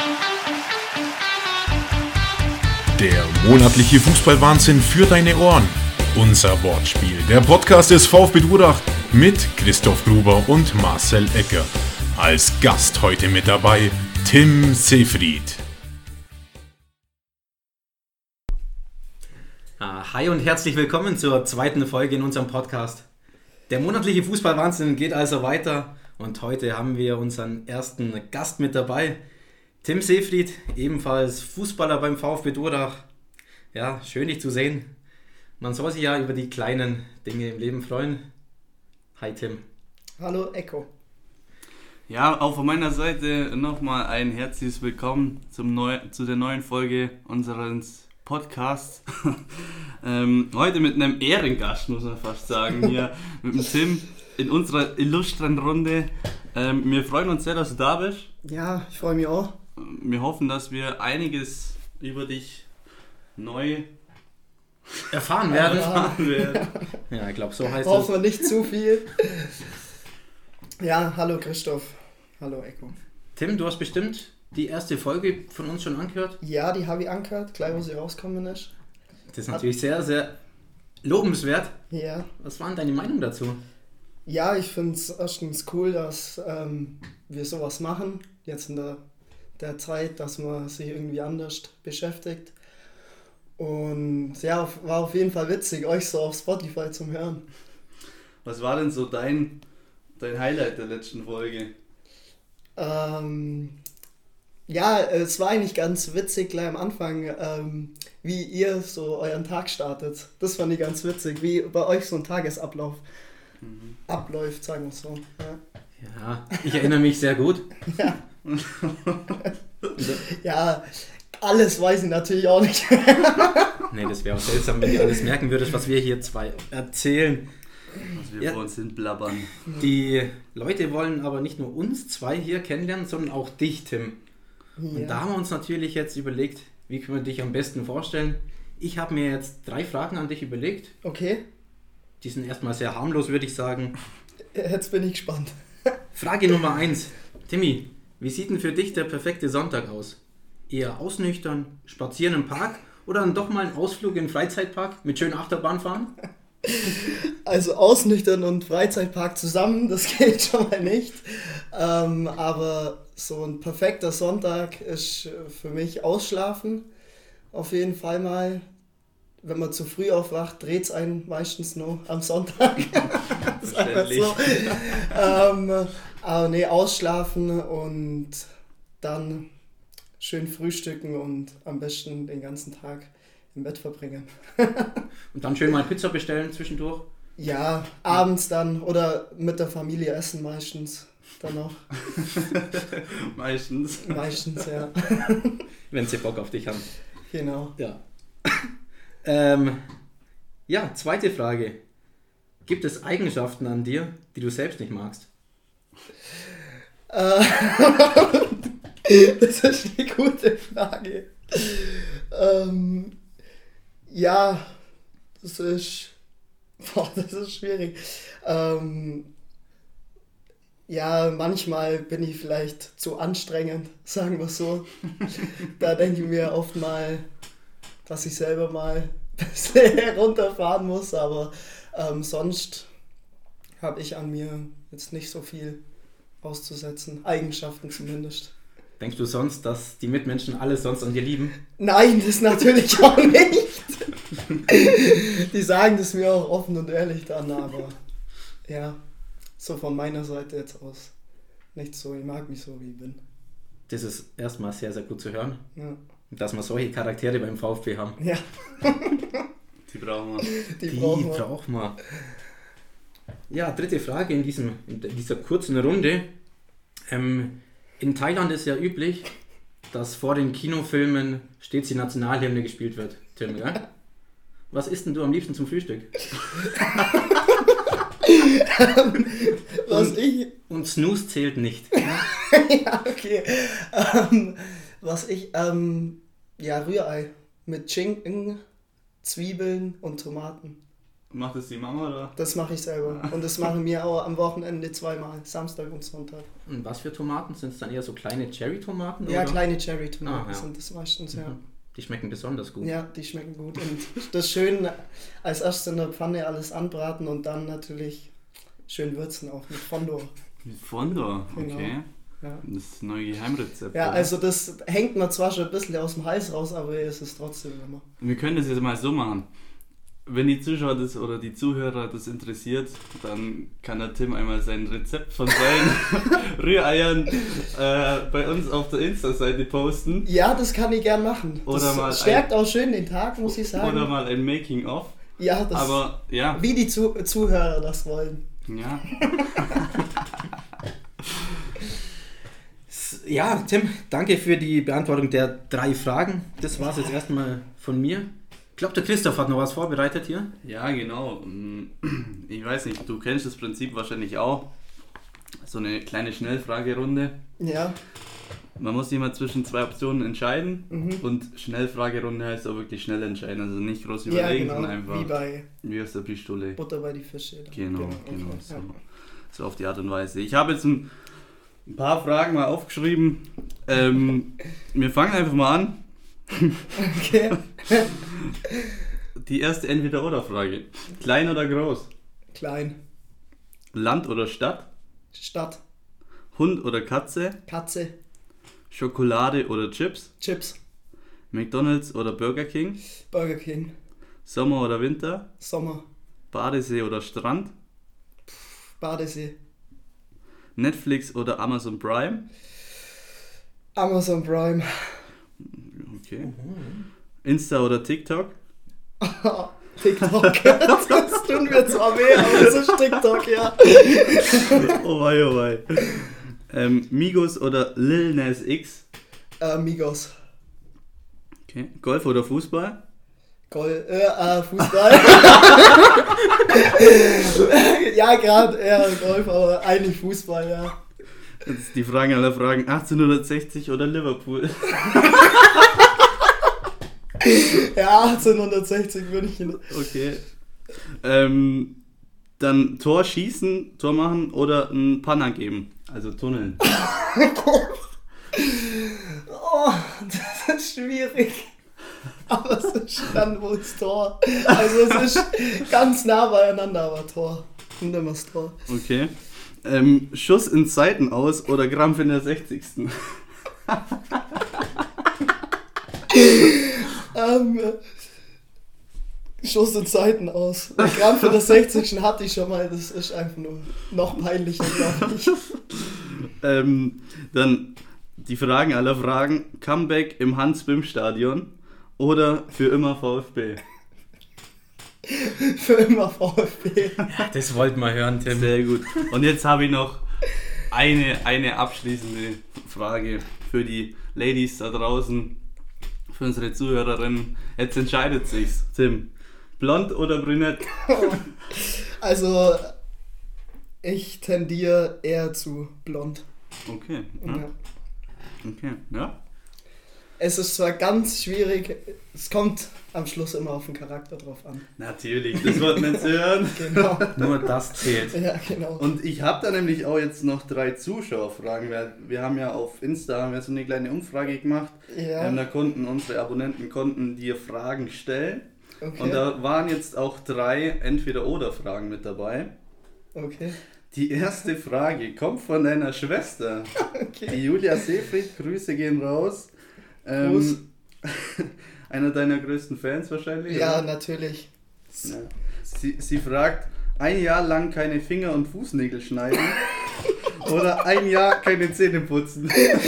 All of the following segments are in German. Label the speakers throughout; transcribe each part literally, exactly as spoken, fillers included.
Speaker 1: Der monatliche Fußballwahnsinn für deine Ohren. Unser Wortspiel. Der Podcast des VfB Durach mit Christoph Gruber und Marcel Ecker. Als Gast heute mit dabei Tim Seefried.
Speaker 2: Hi und herzlich willkommen zur zweiten Folge in unserem Podcast. Der monatliche Fußballwahnsinn geht also weiter und heute haben wir unseren ersten Gast mit dabei. Tim Seefried, ebenfalls Fußballer beim VfB Durach. Ja, schön dich zu sehen. Man soll sich ja über die kleinen Dinge im Leben freuen. Hi Tim.
Speaker 3: Hallo Echo.
Speaker 4: Ja, auch von meiner Seite nochmal ein herzliches Willkommen zum neu, zu der neuen Folge unseres Podcasts. ähm, heute mit einem Ehrengast, muss man fast sagen, hier mit dem Tim in unserer illustren Runde. Ähm, wir freuen uns sehr, dass du da bist.
Speaker 3: Ja, ich freue mich auch.
Speaker 4: Wir hoffen, dass wir einiges über dich neu
Speaker 2: erfahren werden.
Speaker 4: Erfahren werden.
Speaker 2: Ja, ich glaube, so heißt es.
Speaker 3: Hoffen wir nicht zu viel. Ja, hallo Christoph. Hallo Echo.
Speaker 2: Tim, du hast bestimmt die erste Folge von uns schon angehört?
Speaker 3: Ja, die habe ich angehört, gleich wo sie rauskommen ist.
Speaker 2: Das ist natürlich sehr, sehr lobenswert.
Speaker 3: Ja.
Speaker 2: Was war denn deine Meinung dazu?
Speaker 3: Ja, ich finde es erstens cool, dass ähm, wir sowas machen, jetzt in der, der Zeit, dass man sich irgendwie anders beschäftigt. Und ja, war auf jeden Fall witzig, euch so auf Spotify zu hören.
Speaker 4: Was war denn so dein, dein Highlight der letzten Folge?
Speaker 3: Ähm, ja, es war eigentlich ganz witzig gleich am Anfang, ähm, wie ihr so euren Tag startet. Das fand ich ganz witzig, wie bei euch so ein Tagesablauf mhm. abläuft, sagen wir so. Ja.
Speaker 2: Ja, ich erinnere mich sehr gut.
Speaker 3: Ja. Ja, alles weiß ich natürlich auch nicht.
Speaker 2: Nee, das wäre auch seltsam, wenn ihr alles merken würdet, was wir hier zwei erzählen.
Speaker 4: Was wir
Speaker 2: ja.
Speaker 4: vor uns hin blabbern.
Speaker 2: Die Leute wollen aber nicht nur uns zwei hier kennenlernen, sondern auch dich, Tim. Ja. Und da haben wir uns natürlich jetzt überlegt, wie können wir dich am besten vorstellen. Ich habe mir jetzt drei Fragen an dich überlegt.
Speaker 3: Okay.
Speaker 2: Die sind erstmal sehr harmlos, würde ich sagen.
Speaker 3: Jetzt bin ich gespannt.
Speaker 2: Frage Nummer eins. Timmy, wie sieht denn für dich der perfekte Sonntag aus? Eher ausnüchtern, spazieren im Park oder dann doch mal einen Ausflug in den Freizeitpark mit schönen Achterbahn fahren?
Speaker 3: Also ausnüchtern und Freizeitpark zusammen, das geht schon mal nicht. Ähm, aber so ein perfekter Sonntag ist für mich ausschlafen. Auf jeden Fall mal. Wenn man zu früh aufwacht, dreht es einen meistens noch am Sonntag. Das ist einfach so. ähm, aber nee, ausschlafen und dann schön frühstücken und am besten den ganzen Tag im Bett verbringen.
Speaker 2: Und dann schön mal Pizza bestellen zwischendurch?
Speaker 3: Ja, abends dann oder mit der Familie essen meistens dann noch.
Speaker 4: Meistens.
Speaker 3: Meistens, ja.
Speaker 2: Wenn sie Bock auf dich haben.
Speaker 3: Genau.
Speaker 2: Ja. ähm, ja, zweite Frage. Gibt es Eigenschaften an dir, die du selbst nicht magst?
Speaker 3: Äh, das ist eine gute Frage. Ähm, ja, das ist, boah, das ist schwierig. Ähm, ja, manchmal bin ich vielleicht zu anstrengend, sagen wir so. Da denke ich mir oft mal, dass ich selber mal ein bisschen runterfahren muss, aber ähm, sonst habe ich an mir jetzt nicht so viel auszusetzen. Eigenschaften zumindest.
Speaker 2: Denkst du sonst, dass die Mitmenschen alles sonst an dir lieben?
Speaker 3: Nein, das natürlich auch nicht. Die sagen das mir auch offen und ehrlich dann, aber ja, so von meiner Seite jetzt aus nicht so. Ich mag mich so, wie ich bin.
Speaker 2: Das ist erstmal sehr, sehr gut zu hören.
Speaker 3: Ja.
Speaker 2: Dass wir solche Charaktere beim VfB haben.
Speaker 3: Ja.
Speaker 4: Die brauchen wir.
Speaker 3: Die,
Speaker 2: Die
Speaker 3: brauchen wir.
Speaker 2: brauchen wir. Ja, dritte Frage in, diesem, in dieser kurzen Runde. Ähm, in Thailand ist ja üblich, dass vor den Kinofilmen stets die Nationalhymne gespielt wird. Tim, ja? Was isst denn du am liebsten zum Frühstück?
Speaker 3: Was
Speaker 2: und,
Speaker 3: ich...
Speaker 2: Und Snooze zählt nicht.
Speaker 3: Ja, okay. Ähm, was ich... Ähm, ja, Rührei. Mit Schinken, Zwiebeln und Tomaten.
Speaker 4: Macht das die Mama oder?
Speaker 3: Das mache ich selber. Und das machen wir auch am Wochenende zweimal, Samstag und Sonntag.
Speaker 2: Und was für Tomaten? Sind es dann eher so kleine Cherry-Tomaten?
Speaker 3: Ja,
Speaker 2: oder?
Speaker 3: kleine Cherry-Tomaten
Speaker 2: Ah, ja.
Speaker 3: sind das meistens, ja.
Speaker 2: Mhm. Die schmecken besonders gut.
Speaker 3: Ja, die schmecken gut. Und das schön als erstes in der Pfanne alles anbraten und dann natürlich schön würzen auch mit Fondor.
Speaker 4: Mit Fondor, okay.
Speaker 3: Genau. Ja.
Speaker 4: Das ist ein neues Geheimrezept.
Speaker 3: Ja,
Speaker 4: oder?
Speaker 3: also das hängt mir zwar schon ein bisschen aus dem Hals raus, aber es ist trotzdem immer.
Speaker 4: Wir können das jetzt mal so machen. Wenn die Zuschauer das oder die Zuhörer das interessiert, dann kann der Tim einmal sein Rezept von seinen Rühreiern äh, bei uns auf der Insta-Seite posten.
Speaker 3: Ja, das kann ich gern machen. Das
Speaker 4: Oder mal
Speaker 3: stärkt auch schön den Tag, muss ich sagen.
Speaker 4: Oder mal ein Making-of.
Speaker 3: Ja, das
Speaker 4: Aber ja,
Speaker 3: wie die Zu- Zuhörer das wollen.
Speaker 4: ja.
Speaker 2: Ja, Tim, danke für die Beantwortung der drei Fragen. Das war es jetzt erstmal von mir. Ich glaube, der Christoph hat noch was vorbereitet hier.
Speaker 4: Ja, genau. Ich weiß nicht, du kennst das Prinzip wahrscheinlich auch. So eine kleine Schnellfragerunde.
Speaker 3: Ja,
Speaker 4: Man muss sich immer zwischen zwei Optionen entscheiden
Speaker 3: Mhm.
Speaker 4: und Schnellfragerunde heißt auch wirklich schnell entscheiden, also nicht groß
Speaker 3: ja
Speaker 4: überlegen,
Speaker 3: genau,
Speaker 4: sondern einfach
Speaker 3: wie bei
Speaker 4: wie aus der Pistole.
Speaker 3: Butter bei die Fische.
Speaker 4: Genau, genau,
Speaker 3: okay,
Speaker 4: so,
Speaker 3: ja.
Speaker 4: so auf die Art und Weise. Ich habe jetzt ein, ein paar Fragen mal aufgeschrieben. Ähm, wir fangen einfach mal an.
Speaker 3: Okay.
Speaker 4: Die erste Entweder-Oder-Frage. Klein oder groß?
Speaker 3: Klein.
Speaker 4: Land oder Stadt?
Speaker 3: Stadt.
Speaker 4: Hund oder Katze?
Speaker 3: Katze.
Speaker 4: Schokolade oder Chips?
Speaker 3: Chips.
Speaker 4: McDonald's oder Burger King?
Speaker 3: Burger King.
Speaker 4: Sommer oder Winter?
Speaker 3: Sommer.
Speaker 4: Badesee oder Strand?
Speaker 3: Badesee.
Speaker 4: Netflix oder Amazon Prime?
Speaker 3: Amazon Prime.
Speaker 4: Okay. Insta oder TikTok?
Speaker 3: TikTok. Das tun wir zwar weh, aber das ist TikTok, ja.
Speaker 4: Oh wei, oh wei. Ähm, Migos oder Lil Nas X?
Speaker 3: Äh, Migos.
Speaker 4: Okay. Golf oder Fußball?
Speaker 3: Goal, äh, äh, Fußball. Ja, gerade eher Golf, aber eigentlich Fußball, ja.
Speaker 4: Jetzt die Fragen aller Fragen. achtzehnhundertsechzig oder Liverpool?
Speaker 3: Ja, achtzehnhundertsechzig würde ich hin.
Speaker 4: Okay. Ähm, dann Tor schießen, Tor machen oder ein Panna geben? Also tunneln.
Speaker 3: Oh, das ist schwierig. Aber es ist dann wohl das Tor. Also es ist ganz nah beieinander, aber Tor. Und immer das Tor.
Speaker 4: Okay. Ähm, Schuss in Seiten aus oder Krampf in der sechzigsten?
Speaker 3: Ähm, Schuss in Zeiten aus. Der Krampf in der sechzigsten hatte ich schon mal. Das ist einfach nur noch peinlicher, glaube ich.
Speaker 4: Ähm, dann die Fragen aller Fragen. Comeback im Hans-Bim-Stadion oder für immer VfB?
Speaker 3: Für immer VfB.
Speaker 2: Ja, das wollten wir hören, Tim.
Speaker 4: Sehr gut. Und jetzt habe ich noch eine, eine abschließende Frage für die Ladies da draußen, für unsere Zuhörerinnen. Jetzt entscheidet sich's. Tim, blond oder brünett?
Speaker 3: Also, ich tendiere eher zu blond.
Speaker 4: Okay. Ja.
Speaker 3: Ja.
Speaker 4: Okay. Ja.
Speaker 3: Es ist zwar ganz schwierig, es kommt am Schluss immer auf den Charakter drauf an.
Speaker 4: Natürlich, das wollten wir jetzt hören.
Speaker 3: Genau.
Speaker 2: Nur das zählt.
Speaker 3: Ja, genau.
Speaker 4: Und ich habe da nämlich auch jetzt noch drei Zuschauerfragen, weil wir haben ja auf Insta haben wir so eine kleine Umfrage gemacht.
Speaker 3: Ja,
Speaker 4: Ähm, da konnten unsere Abonnenten konnten dir Fragen stellen.
Speaker 3: okay.
Speaker 4: Und da waren jetzt auch drei Entweder-Oder-Fragen mit dabei.
Speaker 3: Okay.
Speaker 4: Die erste Frage kommt von deiner Schwester. Die
Speaker 3: Okay.
Speaker 4: Julia Seefried, Grüße gehen raus.
Speaker 3: Gruß.
Speaker 4: Ähm, einer deiner größten Fans wahrscheinlich.
Speaker 3: Ja,
Speaker 4: oder?
Speaker 3: natürlich.
Speaker 4: Ja. Sie, sie fragt, ein Jahr lang keine Finger- und Fußnägel schneiden oder ein Jahr keine Zähne putzen.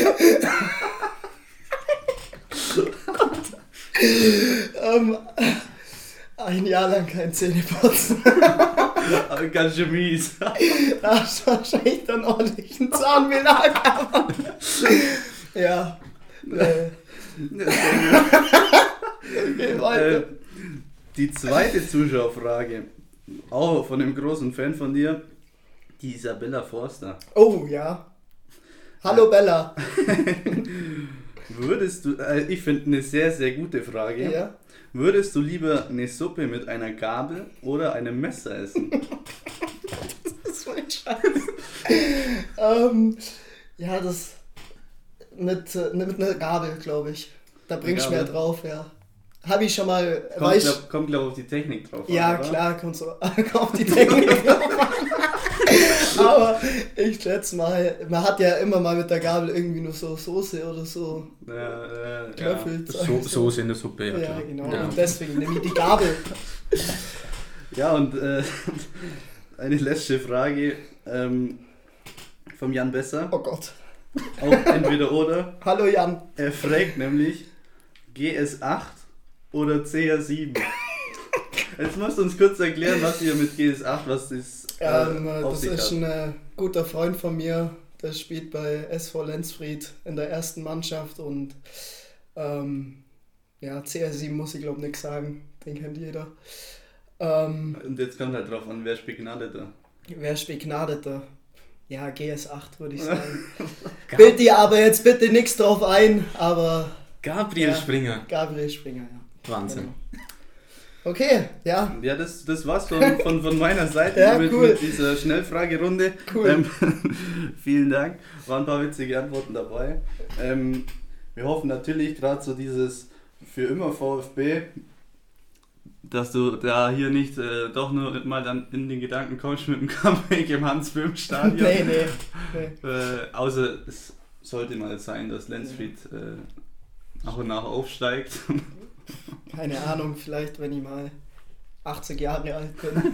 Speaker 3: Ähm, ein Jahr lang kein Zähneputzen.
Speaker 4: Aber ganz schön mies.
Speaker 3: Da hast du wahrscheinlich dann ordentlich einen Zahnbelag. aber- Ja. Äh, okay, weiter.
Speaker 4: Äh, die zweite Zuschauerfrage, auch von einem großen Fan von dir, die Isabella Forster.
Speaker 3: Oh, ja. Hallo Bella.
Speaker 4: Würdest du, äh, ich finde eine sehr, sehr gute Frage.
Speaker 3: Ja.
Speaker 4: Würdest du lieber eine Suppe mit einer Gabel oder einem Messer essen?
Speaker 3: Das ist mein Scheiß. ähm, ja, das mit, äh, mit einer Gabel, glaube ich. Da bringst du mehr drauf, ja. Habe ich schon mal...
Speaker 4: Kommt,
Speaker 3: weiß,
Speaker 4: glaub, kommt glaube ich, auf die Technik drauf an,
Speaker 3: ja,
Speaker 4: oder?
Speaker 3: klar, kommt so auf die Technik drauf an. Aber ich schätze mal, man hat ja immer mal mit der Gabel irgendwie nur so Soße oder so
Speaker 4: Äh, äh,
Speaker 3: Knöpfel.
Speaker 2: So, Soße in der Suppe, ja,
Speaker 3: Ja,
Speaker 2: klar.
Speaker 3: genau.
Speaker 2: Ja.
Speaker 3: Und deswegen nehme ich die Gabel.
Speaker 4: Ja, und äh, eine letzte Frage ähm, vom Jan Besser.
Speaker 3: Oh Gott.
Speaker 4: Auch entweder oder.
Speaker 3: Hallo Jan.
Speaker 4: Er fragt nämlich G S acht oder C R sieben. Jetzt musst du uns kurz erklären, was ihr mit G S acht, was ist. Äh,
Speaker 3: Ähm,
Speaker 4: auf
Speaker 3: das
Speaker 4: sich
Speaker 3: ist
Speaker 4: hat.
Speaker 3: ein äh, guter Freund von mir, der spielt bei S V Lenzfried in der ersten Mannschaft und ähm, ja, C R sieben muss ich glaube nichts sagen, den kennt jeder. Ähm,
Speaker 4: Und jetzt kommt halt drauf an, wer ist begnadeter.
Speaker 3: wer ist begnadeter? Ja, G S acht würde ich sagen. Bild dir aber jetzt bitte nichts drauf ein, aber
Speaker 2: Gabriel
Speaker 3: Ja.
Speaker 2: Springer.
Speaker 3: Gabriel Springer, ja.
Speaker 2: Wahnsinn.
Speaker 3: Genau. Okay, ja,
Speaker 4: Ja, das, das war's von, von, von meiner Seite
Speaker 3: Ja,
Speaker 4: mit,
Speaker 3: cool.
Speaker 4: mit dieser Schnellfragerunde.
Speaker 3: Cool.
Speaker 4: Ähm, vielen Dank, waren ein paar witzige Antworten dabei. Ähm, wir hoffen natürlich gerade so dieses für immer VfB, dass du da hier nicht äh, doch nur mal dann in den Gedanken kommst mit dem Comeback im Hans-Böhm-Stadion.
Speaker 3: nee, nee. nee.
Speaker 4: Äh, außer es sollte mal sein, dass Lenzfried äh, nach und nach aufsteigt.
Speaker 3: Keine Ahnung, vielleicht wenn ich mal achtzig Jahre alt bin,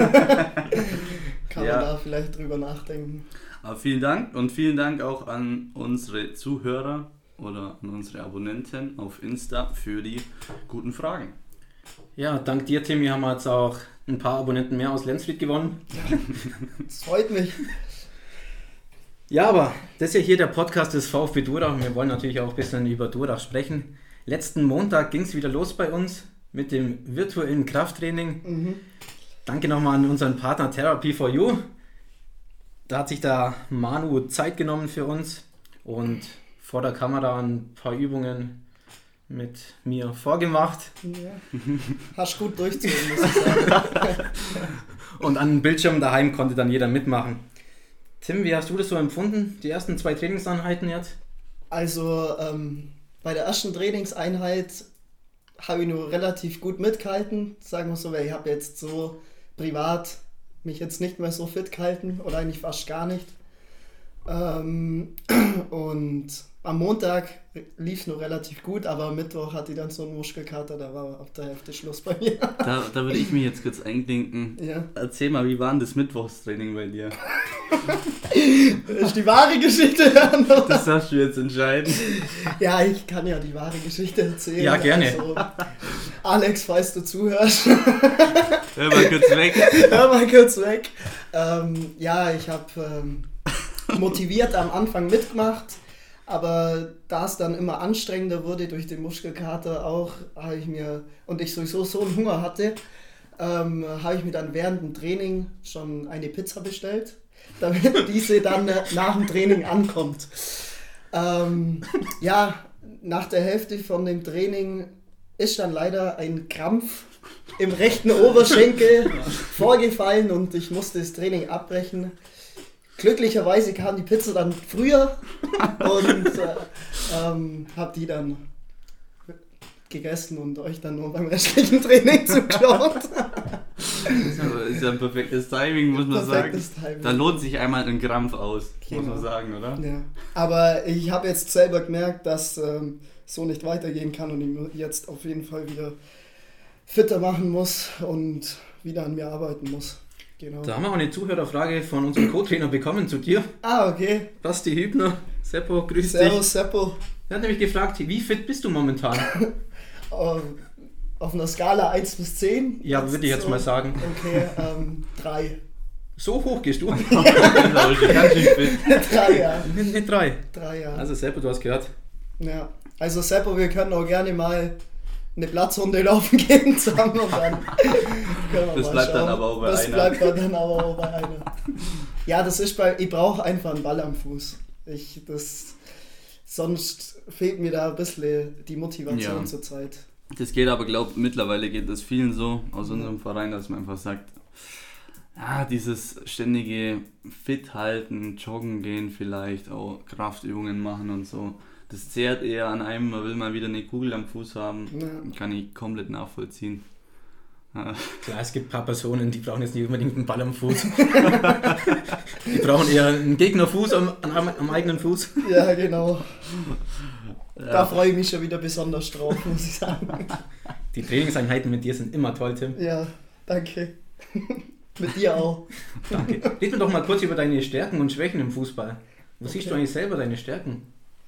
Speaker 3: kann
Speaker 4: Ja.
Speaker 3: man da vielleicht drüber nachdenken.
Speaker 4: Aber vielen Dank und vielen Dank auch an unsere Zuhörer oder an unsere Abonnenten auf Insta für die guten Fragen.
Speaker 2: Ja, dank dir, Timmy, haben wir jetzt auch ein paar Abonnenten mehr aus Lenzfried gewonnen.
Speaker 3: Das freut mich.
Speaker 2: Ja, aber das ist ja hier der Podcast des VfB Durach und wir wollen natürlich auch ein bisschen über Durach sprechen. Letzten Montag ging es wieder los bei uns mit dem virtuellen Krafttraining.
Speaker 3: Mhm.
Speaker 2: Danke nochmal an unseren Partner Therapy for You. Da hat sich der Manu Zeit genommen für uns und vor der Kamera ein paar Übungen mit mir vorgemacht.
Speaker 3: Ja. Hast gut durchziehen, muss ich sagen.
Speaker 2: Und an dem Bildschirm daheim konnte dann jeder mitmachen. Tim, wie hast du das so empfunden, die ersten zwei Trainingseinheiten jetzt?
Speaker 3: Also ähm, bei der ersten Trainingseinheit habe ich nur relativ gut mitgehalten, sagen wir so, weil ich habe jetzt so privat mich jetzt nicht mehr so fit gehalten oder eigentlich fast gar nicht. Ähm, und am Montag lief es nur relativ gut, aber am Mittwoch hatte ich dann so einen Muskelkater, da war ab der Hälfte Schluss bei mir.
Speaker 4: Da, da würde ich mich jetzt kurz einklinken.
Speaker 3: Ja.
Speaker 4: Erzähl mal, wie war denn das Mittwochstraining bei dir?
Speaker 3: Das ist die wahre Geschichte hören, oder?
Speaker 4: Das darfst du jetzt entscheiden.
Speaker 3: Ja, ich kann ja die wahre Geschichte erzählen.
Speaker 2: Ja, gerne.
Speaker 3: Also, Alex, falls du zuhörst,
Speaker 4: Hör mal kurz weg.
Speaker 3: hör mal kurz weg. Ähm, ja, ich habe ähm, motiviert am Anfang mitgemacht, aber da es dann immer anstrengender wurde durch den Muskelkater auch, habe ich mir, und ich sowieso so einen Hunger hatte, ähm, habe ich mir dann während dem Training schon eine Pizza bestellt, damit diese dann äh, nach dem Training ankommt. Ähm, ja, nach der Hälfte von dem Training ist dann leider ein Krampf im rechten Oberschenkel vorgefallen und ich musste das Training abbrechen. Glücklicherweise kam die Pizza dann früher und äh, ähm, habe die dann gegessen und euch dann nur beim restlichen Training zugeschaut.
Speaker 4: Das ist ja ein perfektes Timing, muss man
Speaker 3: Perfektes
Speaker 4: sagen.
Speaker 3: Timing.
Speaker 4: Da lohnt sich einmal ein Krampf aus, muss
Speaker 3: Genau.
Speaker 4: man sagen, oder?
Speaker 3: Ja. Aber ich habe jetzt selber gemerkt, dass ähm, so nicht weitergehen kann und ich mu- jetzt auf jeden Fall wieder fitter machen muss und wieder an mir arbeiten muss. Genau.
Speaker 2: Da haben wir auch eine Zuhörerfrage von unserem Co-Trainer bekommen zu dir.
Speaker 3: Ah, okay.
Speaker 2: Basti Hübner. Seppo, grüß dich.
Speaker 3: Servus, Seppo.
Speaker 2: Er hat nämlich gefragt, wie fit bist du momentan?
Speaker 3: Auf, auf einer Skala eins bis zehn?
Speaker 2: Ja, würde ich jetzt mal sagen.
Speaker 3: Okay, ähm, drei.
Speaker 2: So hoch gehst du?
Speaker 4: Das ist aber schon ganz schön fit.
Speaker 3: drei, ja.
Speaker 2: Nicht drei.
Speaker 3: Drei, ja.
Speaker 2: Also Seppo, du hast gehört.
Speaker 3: ja. Also Seppo, wir können auch gerne mal eine Platzrunde laufen gehen zusammen und dann können wir
Speaker 4: Das
Speaker 3: mal
Speaker 4: bleibt dann
Speaker 3: schauen.
Speaker 4: aber auch bei
Speaker 3: das
Speaker 4: einer.
Speaker 3: bleibt dann aber auch bei einer. Ja, das ist bei, ich brauche einfach einen Ball am Fuß. Ich, das sonst fehlt mir da ein bisschen die Motivation
Speaker 4: Ja.
Speaker 3: zur Zeit.
Speaker 4: Das geht aber, glaube ich, mittlerweile geht das vielen so aus unserem Verein, dass man einfach sagt, ja, dieses ständige Fit halten, joggen gehen vielleicht, auch Kraftübungen machen und so, das zehrt eher an einem, man will mal wieder eine Kugel am Fuß haben,
Speaker 3: Ja.
Speaker 4: kann ich komplett nachvollziehen. Ja.
Speaker 2: Klar, es gibt ein paar Personen, die brauchen jetzt nicht unbedingt einen Ball am Fuß. Die brauchen eher einen Gegnerfuß am, am, am eigenen Fuß.
Speaker 3: Ja, genau.
Speaker 4: Ja.
Speaker 3: Da freue ich mich schon wieder besonders drauf, muss ich sagen.
Speaker 2: Die Trainingseinheiten mit dir sind immer toll, Tim.
Speaker 3: Ja, danke. Mit dir auch.
Speaker 2: Danke. Reden wir doch mal kurz über deine Stärken und Schwächen im Fußball. Wo
Speaker 3: Okay.
Speaker 2: siehst du eigentlich selber deine Stärken?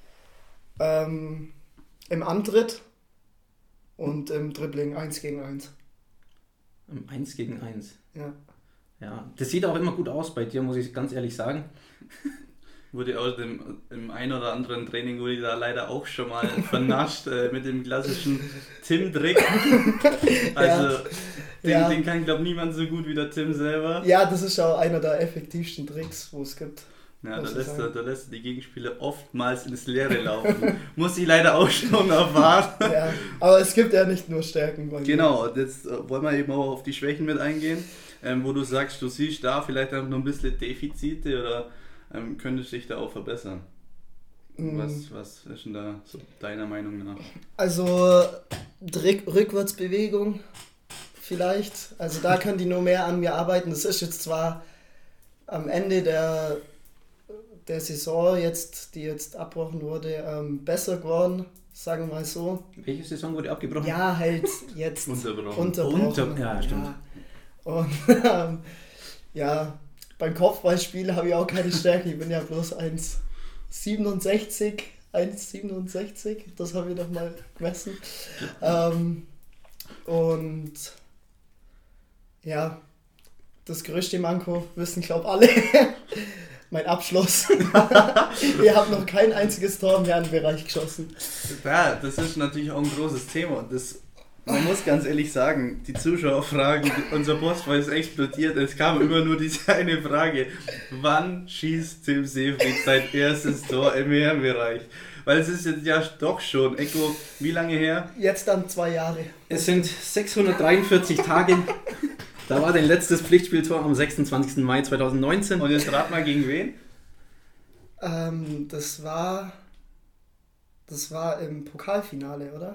Speaker 3: Ähm, Im Antritt und im Dribbling eins gegen eins.
Speaker 2: Im eins gegen eins.
Speaker 3: Ja.
Speaker 2: Ja, das sieht auch immer gut aus bei dir, muss ich ganz ehrlich sagen.
Speaker 4: Wurde aus dem im ein oder anderen Training wurde da leider auch schon mal vernascht äh, mit dem klassischen Tim-Trick. Also den,
Speaker 3: Ja.
Speaker 4: den kann, glaube niemand so gut wie der Tim selber.
Speaker 3: Ja, das ist auch einer der effektivsten Tricks, wo es gibt.
Speaker 4: Ja, da
Speaker 3: muss ich
Speaker 4: lässt, er,
Speaker 3: sagen.
Speaker 4: da lässt er die Gegenspieler oftmals ins Leere laufen. Muss ich leider auch schon erfahren.
Speaker 3: Ja, aber es gibt ja nicht nur Stärken bei mir.
Speaker 4: Genau, und jetzt äh, wollen wir eben auch auf die Schwächen mit eingehen, ähm, wo du sagst, du siehst da vielleicht auch noch ein bisschen Defizite oder ähm, könntest dich da auch verbessern.
Speaker 3: Mm,
Speaker 4: Was, was ist denn da so deiner Meinung nach?
Speaker 3: Also Drick, Rückwärtsbewegung vielleicht. Also da können die nur mehr an mir arbeiten. Das ist jetzt zwar am Ende der, der Saison jetzt, die jetzt abgebrochen wurde, ähm, besser geworden, sagen wir mal so.
Speaker 2: Welche Saison wurde abgebrochen?
Speaker 3: Ja, halt jetzt
Speaker 4: Unterbrochen.
Speaker 3: unterbrochen.
Speaker 2: Unter- ja, stimmt.
Speaker 3: Ja. Und ähm, ja, beim Kopfballspiel habe ich auch keine Stärke. Ich bin ja bloß eins siebenundsechzig. eins siebenundsechzig, das habe ich doch mal gemessen. Ähm, und ja, das größte Manko wissen, glaube alle. Mein Abschluss. Ihr habt noch kein einziges Tor im Herrenbereich geschossen.
Speaker 4: Ja, das ist natürlich auch ein großes Thema und das, man muss ganz ehrlich sagen, die Zuschauer fragen, unser Postfach ist explodiert, es kam immer nur diese eine Frage, wann schießt Tim Seefried sein erstes Tor im Herrenbereich? Weil es ist jetzt ja doch schon, Echo, wie lange her?
Speaker 3: Jetzt dann zwei Jahre.
Speaker 2: Es sind sechshundertdreiundvierzig Tage. Da war dein letztes Pflichtspieltor am sechsundzwanzigsten Mai zweitausendneunzehn.
Speaker 4: Und jetzt rat mal gegen wen?
Speaker 3: Ähm, das war. Das war im Pokalfinale, oder?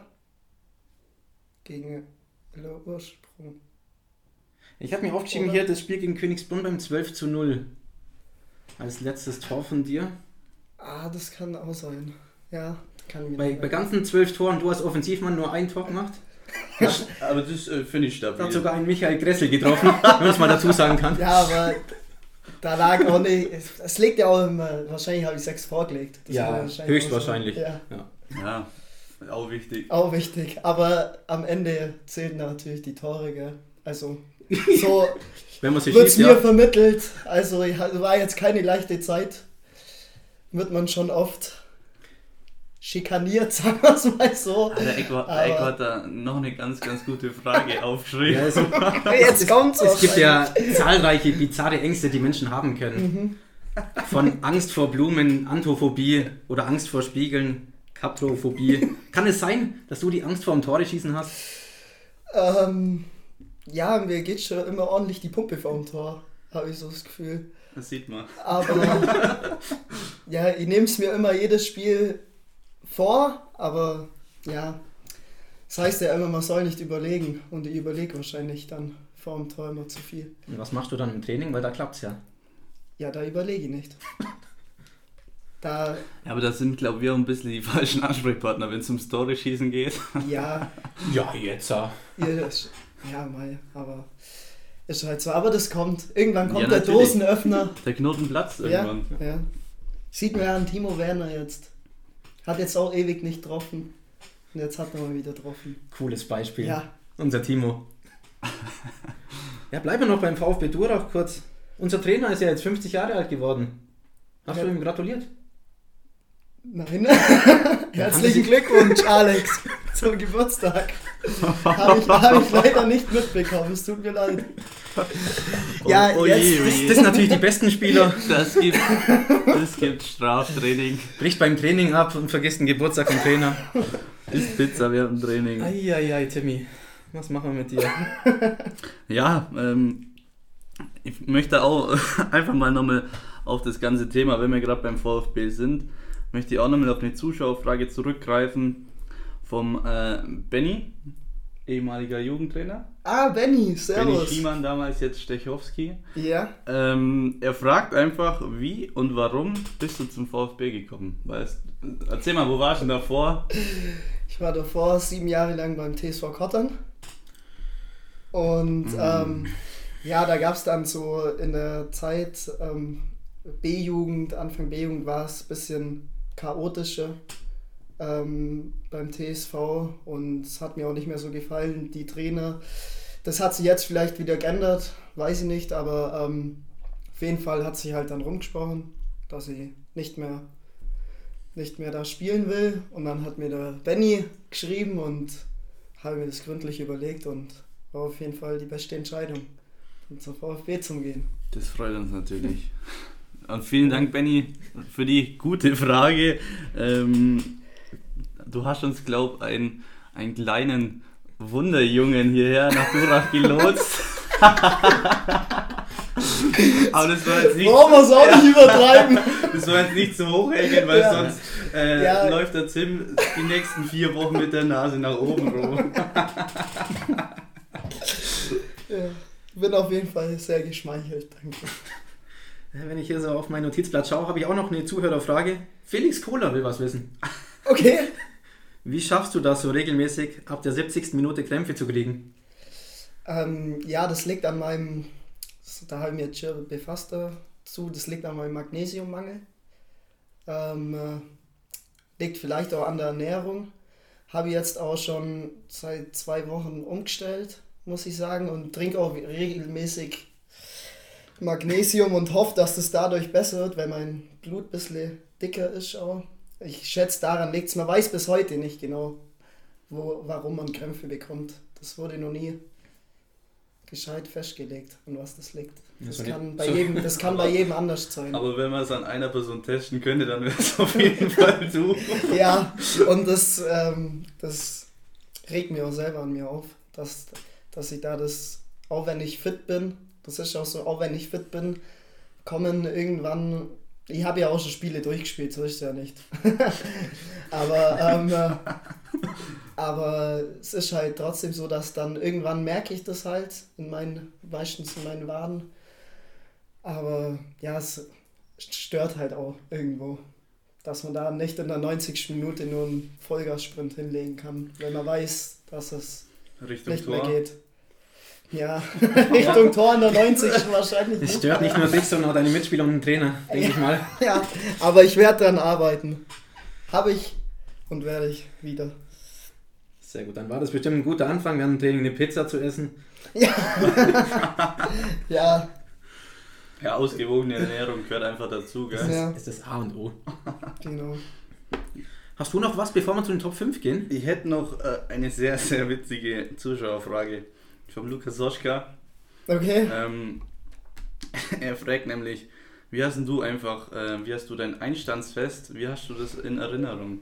Speaker 3: Gegen Lo Ursprung.
Speaker 2: Ich habe mir aufgeschrieben
Speaker 3: Oder?
Speaker 2: hier das Spiel gegen Königsbrunn beim zwölf zu null. Als letztes Tor von dir.
Speaker 3: Ah, das kann auch sein. Ja, kann ich mir
Speaker 2: Bei,
Speaker 3: nicht
Speaker 2: bei
Speaker 3: merken.
Speaker 2: ganzen zwölf Toren, du als Offensivmann nur ein Tor gemacht.
Speaker 4: Aber das äh, finde ich
Speaker 2: Da hat
Speaker 4: stabil.
Speaker 2: sogar ein Michael Gressel getroffen, wenn man es mal dazu sagen kann.
Speaker 3: Ja, aber da lag auch nicht. Es, es liegt ja auch immer. Wahrscheinlich habe ich sechs vorgelegt. Das
Speaker 2: Ja,
Speaker 3: war wahrscheinlich
Speaker 2: höchstwahrscheinlich.
Speaker 3: auch so. Ja,
Speaker 4: Ja, auch wichtig.
Speaker 3: auch wichtig. Aber am Ende zählen natürlich die Tore, gell? Also, so
Speaker 2: Wenn man sie
Speaker 3: wird es
Speaker 2: schießt,
Speaker 3: mir
Speaker 2: ja.
Speaker 3: vermittelt. Also, ich, war jetzt keine leichte Zeit. Wird man schon oft schikaniert, sagen wir es mal so.
Speaker 4: Ah, der Echo, der
Speaker 3: Aber-
Speaker 4: Echo hat da noch eine ganz, ganz gute Frage aufgeschrieben.
Speaker 2: Ja, es,
Speaker 3: Jetzt kommt's.
Speaker 2: es gibt ja zahlreiche bizarre Ängste, die Menschen haben können. Von Angst vor Blumen, Anthophobie oder Angst vor Spiegeln, Kaptrophobie. Kann es sein, dass du die Angst vor dem Tore schießen hast?
Speaker 3: Ähm, ja, mir geht schon immer ordentlich die Pumpe vorm Tor, habe ich so das Gefühl.
Speaker 4: Das sieht man.
Speaker 3: Aber ja, ich nehme es mir immer jedes Spiel vor, aber ja, das heißt ja immer, man soll nicht überlegen und ich überlege wahrscheinlich dann vor dem Tor immer zu viel.
Speaker 2: Und was machst du dann im Training? Weil da klappt's ja.
Speaker 3: Ja, da überlege ich nicht. Da,
Speaker 4: Ja, aber das sind, glaube ich, auch ein bisschen die falschen Ansprechpartner, wenn es um Story-Schießen geht.
Speaker 3: ja,
Speaker 2: Ja, jetzt ja.
Speaker 3: ihr, ja, mal, aber ist halt so. Aber das kommt. Irgendwann kommt
Speaker 4: Ja,
Speaker 3: der
Speaker 4: natürlich.
Speaker 3: Dosenöffner.
Speaker 4: Der Knoten platzt
Speaker 3: Ja,
Speaker 4: irgendwann.
Speaker 3: ja. Sieht man ja an Timo Werner jetzt. Hat jetzt auch ewig nicht getroffen. Und jetzt hat er mal wieder getroffen.
Speaker 2: Cooles Beispiel.
Speaker 3: Ja,
Speaker 2: Unser Timo. Ja, bleiben wir noch beim VfB Durach kurz. Unser Trainer ist ja jetzt fünfzig Jahre alt geworden. Hast
Speaker 3: Ja.
Speaker 2: du ihm gratuliert?
Speaker 3: nein. Herzlichen Glückwunsch, Alex. zum Geburtstag. Habe ich, hab ich leider nicht mitbekommen, es tut mir leid. Ja,
Speaker 4: oh, oh
Speaker 3: jetzt,
Speaker 4: je, oh
Speaker 2: Das,
Speaker 4: je.
Speaker 2: das sind natürlich die besten Spieler.
Speaker 4: Das gibt, das gibt Straftraining.
Speaker 2: Bricht beim Training ab und vergisst den Geburtstag vom Trainer.
Speaker 4: Isst Pizza während dem Training.
Speaker 2: Eieiei, Timmy. Was machen wir mit dir?
Speaker 4: Ja, ähm, ich möchte auch einfach mal nochmal auf das ganze Thema, wenn wir gerade beim VfB sind, möchte ich auch nochmal auf eine Zuschauerfrage zurückgreifen vom äh, Benny, ehemaliger Jugendtrainer.
Speaker 3: Ah, Benny,
Speaker 4: Benny
Speaker 3: servus.
Speaker 4: Schiemann, damals jetzt Stechowski.
Speaker 3: Ja,
Speaker 4: Ähm, er fragt einfach, wie und warum bist du zum VfB gekommen? Weißt, erzähl mal, wo warst du denn davor?
Speaker 3: ich war davor sieben Jahre lang beim T S V Kottern. Und ähm, ja, da gab es dann so in der Zeit ähm, B-Jugend, Anfang B-Jugend war es ein bisschen chaotischer ähm, beim T S V und es hat mir auch nicht mehr so gefallen, die Trainer. Das hat sich jetzt vielleicht wieder geändert, weiß ich nicht, aber ähm, auf jeden Fall hat sich halt dann rumgesprochen, dass ich nicht mehr, nicht mehr da spielen will. Und dann hat mir der Benny geschrieben und habe mir das gründlich überlegt und war auf jeden Fall die beste Entscheidung, um zum VfB zu gehen.
Speaker 4: Das freut uns natürlich. Und vielen Dank, Benny, für die gute Frage. Ähm, du hast uns, glaube ich, einen, einen kleinen Wunderjungen hierher nach Durach gelotst. Aber das war jetzt nicht,
Speaker 3: Brauchen wir es auch nicht übertreiben.
Speaker 4: das war jetzt nicht so hochhängen, weil
Speaker 3: Ja.
Speaker 4: sonst äh,
Speaker 3: Ja.
Speaker 4: läuft der Tim die nächsten vier Wochen mit der Nase nach oben rum.
Speaker 3: Ja, bin auf jeden Fall sehr geschmeichelt, danke.
Speaker 2: Wenn ich hier so auf mein Notizblatt schaue, habe ich auch noch eine Zuhörerfrage. Felix Kohler will was wissen.
Speaker 3: Okay.
Speaker 2: Wie schaffst du das so regelmäßig ab der siebzigsten Minute Krämpfe zu kriegen?
Speaker 3: Ähm, ja, das liegt an meinem, da habe ich mich jetzt schon befasst dazu, das liegt an meinem Magnesiummangel. Ähm, äh, liegt vielleicht auch an der Ernährung. Habe ich jetzt auch schon seit zwei Wochen umgestellt, muss ich sagen, und trinke auch regelmäßig Magnesium und hoffe, dass das dadurch besser wird, weil mein Blut ein bisschen dicker ist auch. Ich schätze, daran liegt es. Man weiß bis heute nicht genau, wo, warum man Krämpfe bekommt. Das wurde noch nie gescheit festgelegt, an was das liegt. Das
Speaker 2: so
Speaker 3: kann,
Speaker 2: nicht-
Speaker 3: bei
Speaker 2: so-
Speaker 3: jedem, das kann bei jedem anders sein.
Speaker 4: Aber wenn man es an einer Person testen könnte, dann wäre es auf jeden Fall du.
Speaker 3: Ja, und das, ähm, das regt mir auch selber an mir auf, dass, dass ich da das, auch wenn ich fit bin, das ist auch so, auch wenn ich fit bin, kommen irgendwann, ich habe ja auch schon Spiele durchgespielt, so ist es ja nicht. aber, ähm, äh, aber es ist halt trotzdem so, dass dann irgendwann merke ich das halt, in meinen, meistens in meinen Waden. Aber ja, es stört halt auch irgendwo, dass man da nicht in der neunzigsten Minute nur einen Vollgassprint hinlegen kann, wenn man weiß, dass es
Speaker 4: Richtung
Speaker 3: nicht
Speaker 4: Tor.
Speaker 3: mehr geht. Ja, Richtung Tor in der neunzigsten wahrscheinlich
Speaker 2: Es
Speaker 3: nicht.
Speaker 2: stört nicht nur dich, sondern auch deine Mitspieler und den Trainer, denke ich mal.
Speaker 3: Ja, aber ich werde dran arbeiten. Habe ich und werde ich wieder.
Speaker 2: Sehr gut, dann war das bestimmt ein guter Anfang, während dem Training eine Pizza zu essen.
Speaker 3: Ja, ja,
Speaker 4: Ja, ausgewogene Ernährung gehört einfach dazu, gell?
Speaker 3: Ja.
Speaker 2: Das ist das A und O.
Speaker 3: genau.
Speaker 2: Hast du noch was, bevor wir zu den Top fünf gehen?
Speaker 4: Ich hätte noch äh, eine sehr, sehr witzige Zuschauerfrage vom Lukas Soschka.
Speaker 3: Okay.
Speaker 4: Ähm, er fragt nämlich, wie hast denn du einfach, äh, wie hast du dein Einstandsfest, wie hast du das in Erinnerung?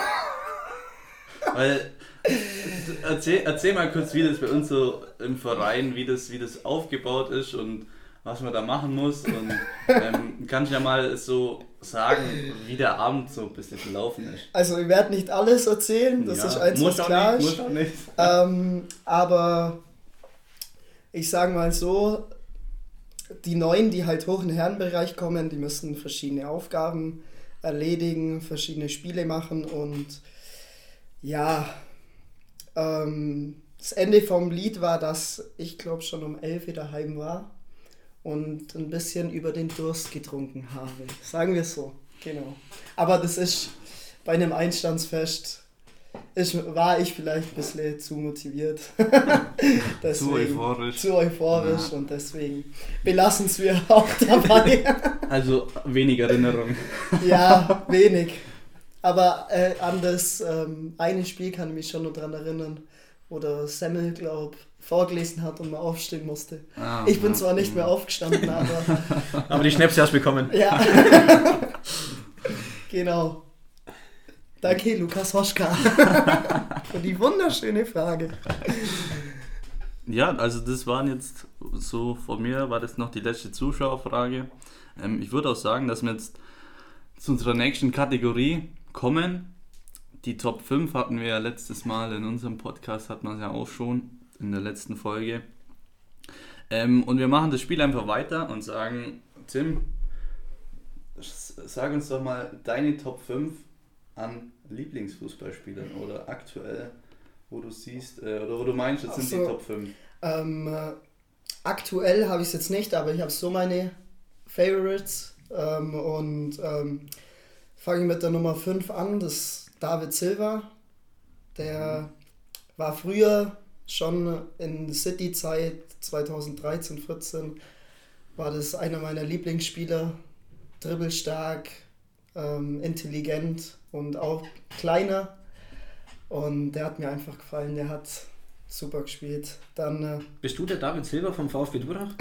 Speaker 4: Weil, erzähl, erzähl mal kurz, wie das bei uns so im Verein, wie das, wie das aufgebaut ist und was man da machen muss. Und ähm, kannst du ja mal so sagen, wie der Abend so ein bisschen gelaufen ist.
Speaker 3: Also ich werde nicht alles erzählen, das
Speaker 4: Ja,
Speaker 3: ist eins,
Speaker 4: muss
Speaker 3: was
Speaker 4: auch
Speaker 3: klar
Speaker 4: nicht,
Speaker 3: ist.
Speaker 4: muss auch nicht.
Speaker 3: Ähm, aber ich sage mal so, die Neuen, die halt hoch in den Herrenbereich kommen, die müssen verschiedene Aufgaben erledigen, verschiedene Spiele machen und ja, ähm, das Ende vom Lied war, dass ich glaube schon um elf daheim war und ein bisschen über den Durst getrunken habe. Sagen wir es so, genau. Aber das ist bei einem Einstandsfest, ist, war ich vielleicht ein bisschen zu motiviert.
Speaker 4: Zu euphorisch.
Speaker 3: Zu euphorisch
Speaker 4: Ja.
Speaker 3: und deswegen belassen es wir auch dabei.
Speaker 4: Also wenig Erinnerung.
Speaker 3: Ja, wenig. Aber äh, an das ähm, eine Spiel kann ich mich schon noch dran erinnern, wo der Semmel, glaub, vorgelesen hat und mal aufstehen musste. Ah, ich bin zwar nicht mehr aufgestanden, aber...
Speaker 2: aber die Schnäpse hast du bekommen.
Speaker 3: Ja. Genau. Danke, Lukas Hoschka, für die wunderschöne Frage.
Speaker 4: Ja, also das waren jetzt so von mir, war das noch die letzte Zuschauerfrage. Ähm, ich würde auch sagen, dass wir jetzt zu unserer nächsten Kategorie kommen. Die Top fünf hatten wir ja letztes Mal in unserem Podcast, hat man es ja auch schon in der letzten Folge. Ähm, und wir machen das Spiel einfach weiter und sagen, Tim, sag uns doch mal deine Top fünf an Lieblingsfußballspielern oder aktuell, wo du siehst, äh, oder wo du meinst, das sind so, die Top fünf.
Speaker 3: Ähm, äh, aktuell habe ich es jetzt nicht, aber ich habe so meine Favorites ähm, und ähm, fange mit der Nummer fünf an, das ist David Silva. Der mhm. war früher schon in City-Zeit zweitausenddreizehn vierzehn, war das einer meiner Lieblingsspieler, dribbelstark, ähm, intelligent und auch kleiner. Und der hat mir einfach gefallen, der hat super gespielt. Dann, äh,
Speaker 2: Bist du der David Silva vom VfB Durach?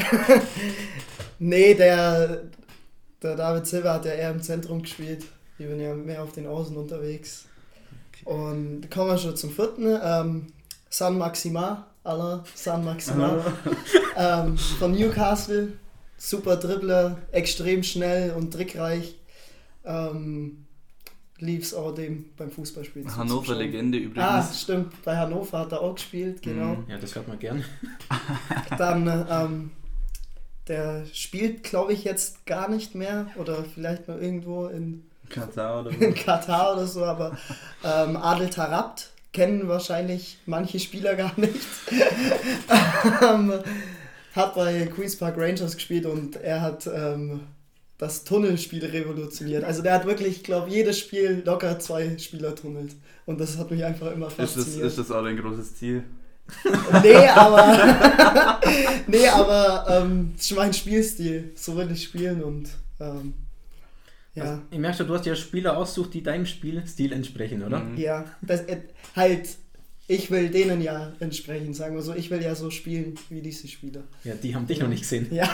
Speaker 3: Nee, der, der David Silva hat ja eher im Zentrum gespielt. Ich bin ja mehr auf den Außen unterwegs. Okay. Und kommen wir schon zum vierten. Ähm, San Maxima, Alain San Maxima ähm, von Newcastle. Super Dribbler, extrem schnell und trickreich. Ähm, lieb's auch dem beim Fußballspielen.
Speaker 4: Hannover-Legende übrigens.
Speaker 3: Ah, stimmt. Bei Hannover hat er auch gespielt, genau.
Speaker 2: Ja, das hört man gern.
Speaker 3: Dann, ähm, der spielt, glaube ich, jetzt gar nicht mehr oder vielleicht noch irgendwo in
Speaker 4: Katar oder so.
Speaker 3: in Katar oder so, aber ähm, Adel Tarabt kennen wahrscheinlich manche Spieler gar nicht. ähm, hat bei Queen's Park Rangers gespielt und er hat ähm, das Tunnelspiel revolutioniert. Also der hat wirklich, ich glaube, jedes Spiel locker zwei Spieler tunnelt. Und das hat mich einfach immer fasziniert.
Speaker 4: Ist das, ist das auch ein großes Ziel?
Speaker 3: Nee, aber nee, aber ähm, das ist mein Spielstil. So will ich spielen und ähm, ja.
Speaker 2: Also, ich merke schon, du hast ja Spieler ausgesucht, die deinem Spielstil entsprechen, oder?
Speaker 3: Mhm. Ja, das, äh, halt, ich will denen ja entsprechen, sagen wir so. Ich will ja so spielen wie diese Spieler.
Speaker 2: Ja, die haben dich ja noch nicht gesehen.
Speaker 3: Ja.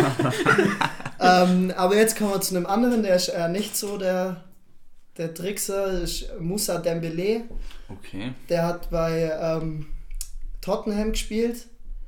Speaker 3: ähm, aber jetzt kommen wir zu einem anderen, der ist äh, nicht so der, der Trickser, ist Moussa Dembélé.
Speaker 4: Okay.
Speaker 3: Der hat bei ähm, Tottenham gespielt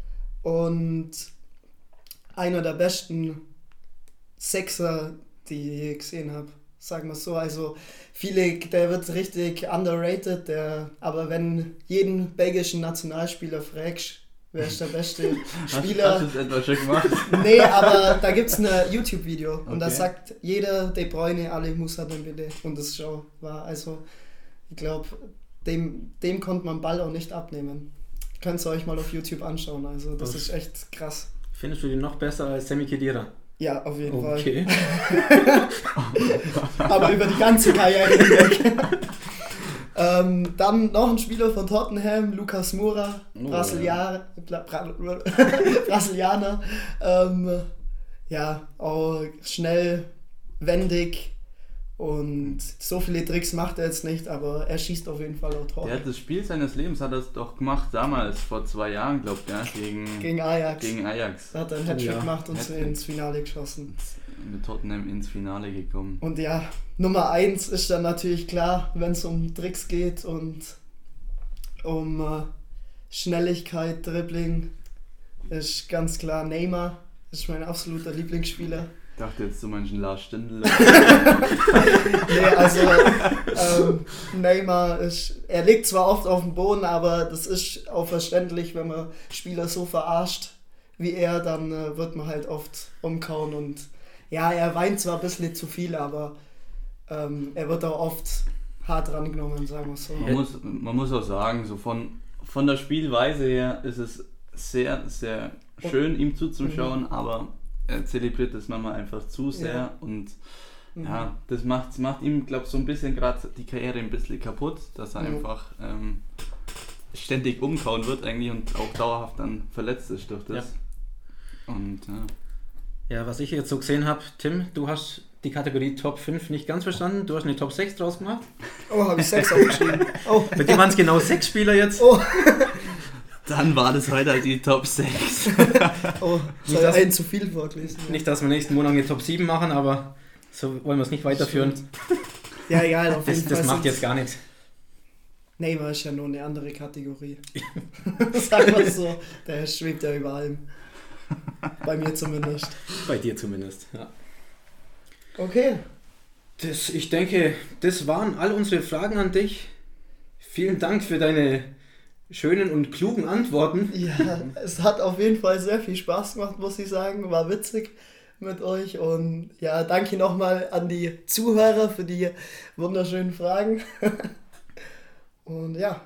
Speaker 3: und einer der besten Sechser, die ich je gesehen habe, sagen wir so. Also viele, der wird richtig underrated, der, aber wenn jeden belgischen Nationalspieler fragst, wer ist der beste Spieler?
Speaker 4: Hast du das etwa schon gemacht?
Speaker 3: Nee, aber da gibt es ein YouTube-Video und
Speaker 4: okay.
Speaker 3: da sagt jeder De Bruyne, alle Moussa Dembélé und das Show war, also ich glaube, dem, dem konnte man Ball auch nicht abnehmen. Könnt ihr euch mal auf YouTube anschauen, also das, das ist echt krass.
Speaker 2: Findest du den noch besser als Sami Khedira?
Speaker 3: Ja, auf jeden
Speaker 2: okay.
Speaker 3: Fall. Aber über die ganze Karriere hinweg. ähm, dann noch ein Spieler von Tottenham, Lucas Moura, oh, Brasilianer. Ja. Brasilianer. Ähm, ja, auch schnell, wendig. Und so viele Tricks macht er jetzt nicht, aber er schießt auf jeden Fall auch Tore.
Speaker 4: Der hat das Spiel seines Lebens hat er es doch gemacht, damals, vor zwei Jahren, glaube ich, ja, gegen,
Speaker 3: gegen Ajax.
Speaker 4: Gegen Ajax.
Speaker 3: Da hat er einen Hattrick
Speaker 2: ja.
Speaker 3: gemacht und
Speaker 4: Hattrick.
Speaker 3: ins Finale geschossen.
Speaker 4: Mit Tottenham ins Finale gekommen.
Speaker 3: Und ja, Nummer eins ist dann natürlich klar, wenn es um Tricks geht und um äh, Schnelligkeit, Dribbling, ist ganz klar Neymar, ist mein absoluter Lieblingsspieler.
Speaker 4: Ich dachte jetzt, du meinst Lars Stindl.
Speaker 3: Nee, also ähm, Neymar ist, er liegt zwar oft auf dem Boden, aber das ist auch verständlich, wenn man Spieler so verarscht wie er, dann äh, wird man halt oft umkauen und ja, er weint zwar ein bisschen zu viel, aber ähm, er wird auch oft hart rangenommen, sagen wir so.
Speaker 4: Man muss, man muss auch sagen, so von, von der Spielweise her ist es sehr, sehr schön, ihm zuzuschauen, mhm. aber er zelebriert das manchmal einfach zu sehr ja. und mhm. ja, das macht, macht ihm, glaube ich, so ein bisschen gerade die Karriere ein bisschen kaputt, dass er mhm. einfach ähm, ständig umkauen wird eigentlich und auch dauerhaft dann verletzt ist durch das.
Speaker 2: Ja.
Speaker 4: Und ja.
Speaker 2: Ja, was ich jetzt so gesehen habe, Tim, du hast die Kategorie Top fünf nicht ganz verstanden. Du hast eine Top sechs draus gemacht.
Speaker 3: Oh, habe ich sechs aufgeschrieben. Oh.
Speaker 2: Bei dir waren es genau sechs Spieler jetzt.
Speaker 3: Oh,
Speaker 4: Dann war das heute halt die Top sechs.
Speaker 3: oh das
Speaker 2: Nicht,
Speaker 3: war
Speaker 2: dass-
Speaker 3: ein zu viel vorgelesen.
Speaker 2: Nicht, dass wir nächsten Monat eine Top sieben machen, aber so wollen wir es nicht weiterführen.
Speaker 3: Ja, egal, auf
Speaker 2: Das,
Speaker 3: jeden
Speaker 2: das
Speaker 3: Fall.
Speaker 2: macht
Speaker 3: sind-
Speaker 2: jetzt gar nichts.
Speaker 3: Neymar ist ja nur eine andere Kategorie. Sag mal so, der schwebt ja über allem. Bei mir zumindest.
Speaker 2: Bei dir zumindest. Ja.
Speaker 3: Okay.
Speaker 2: Das, ich denke, das waren all unsere Fragen an dich. Vielen Dank für deine schönen und klugen Antworten.
Speaker 3: Ja, es hat auf jeden Fall sehr viel Spaß gemacht, muss ich sagen. War witzig mit euch. Und ja, danke nochmal an die Zuhörer für die wunderschönen Fragen. Und ja,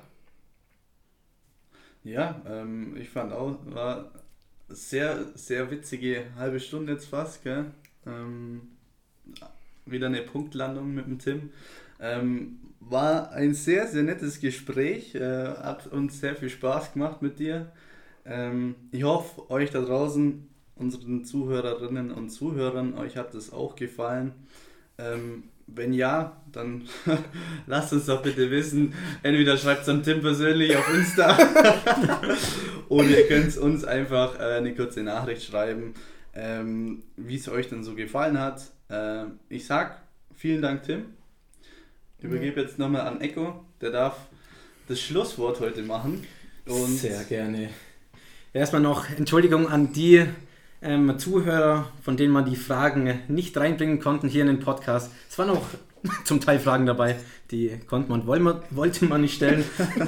Speaker 4: Ja, ähm, ich fand auch, war sehr, sehr witzige halbe Stunde jetzt fast, gell? Ähm, wieder eine Punktlandung mit dem Tim. Ähm, war ein sehr, sehr nettes Gespräch, äh, hat uns sehr viel Spaß gemacht mit dir. Ähm, ich hoffe, euch da draußen, unseren Zuhörerinnen und Zuhörern, euch hat das auch gefallen. Ähm, wenn ja, dann lasst uns doch bitte wissen. Entweder schreibt es an Tim persönlich auf Insta oder ihr könnt uns einfach äh, eine kurze Nachricht schreiben, ähm, wie es euch denn so gefallen hat. Äh, ich sag vielen Dank, Tim. Ich übergebe jetzt nochmal an Echo, der darf das Schlusswort heute machen. Und
Speaker 2: Sehr gerne. Erstmal noch Entschuldigung an die ähm, Zuhörer, von denen wir die Fragen nicht reinbringen konnten hier in den Podcast. Es waren auch zum Teil Fragen dabei, die konnte man, wollte man, wollte man nicht stellen.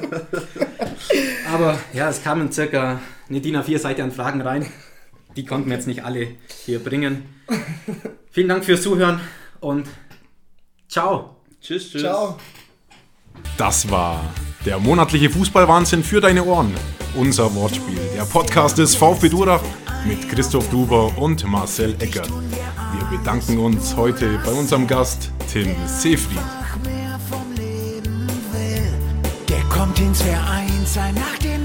Speaker 2: Aber ja, es kamen circa eine D I N A vier Seite an Fragen rein. Die konnten wir jetzt nicht alle hier bringen. Vielen Dank fürs Zuhören und ciao.
Speaker 4: Tschüss, tschüss.
Speaker 3: ciao.
Speaker 1: Das war der monatliche Fußballwahnsinn für deine Ohren. Unser Wortspiel, der Podcast des VfB Durach mit Christoph Gruber und Marcel Eckert. Wir bedanken uns heute bei unserem Gast Tim Seefried.
Speaker 5: mehr vom Leben will, der kommt ins Vereinsheim nach dem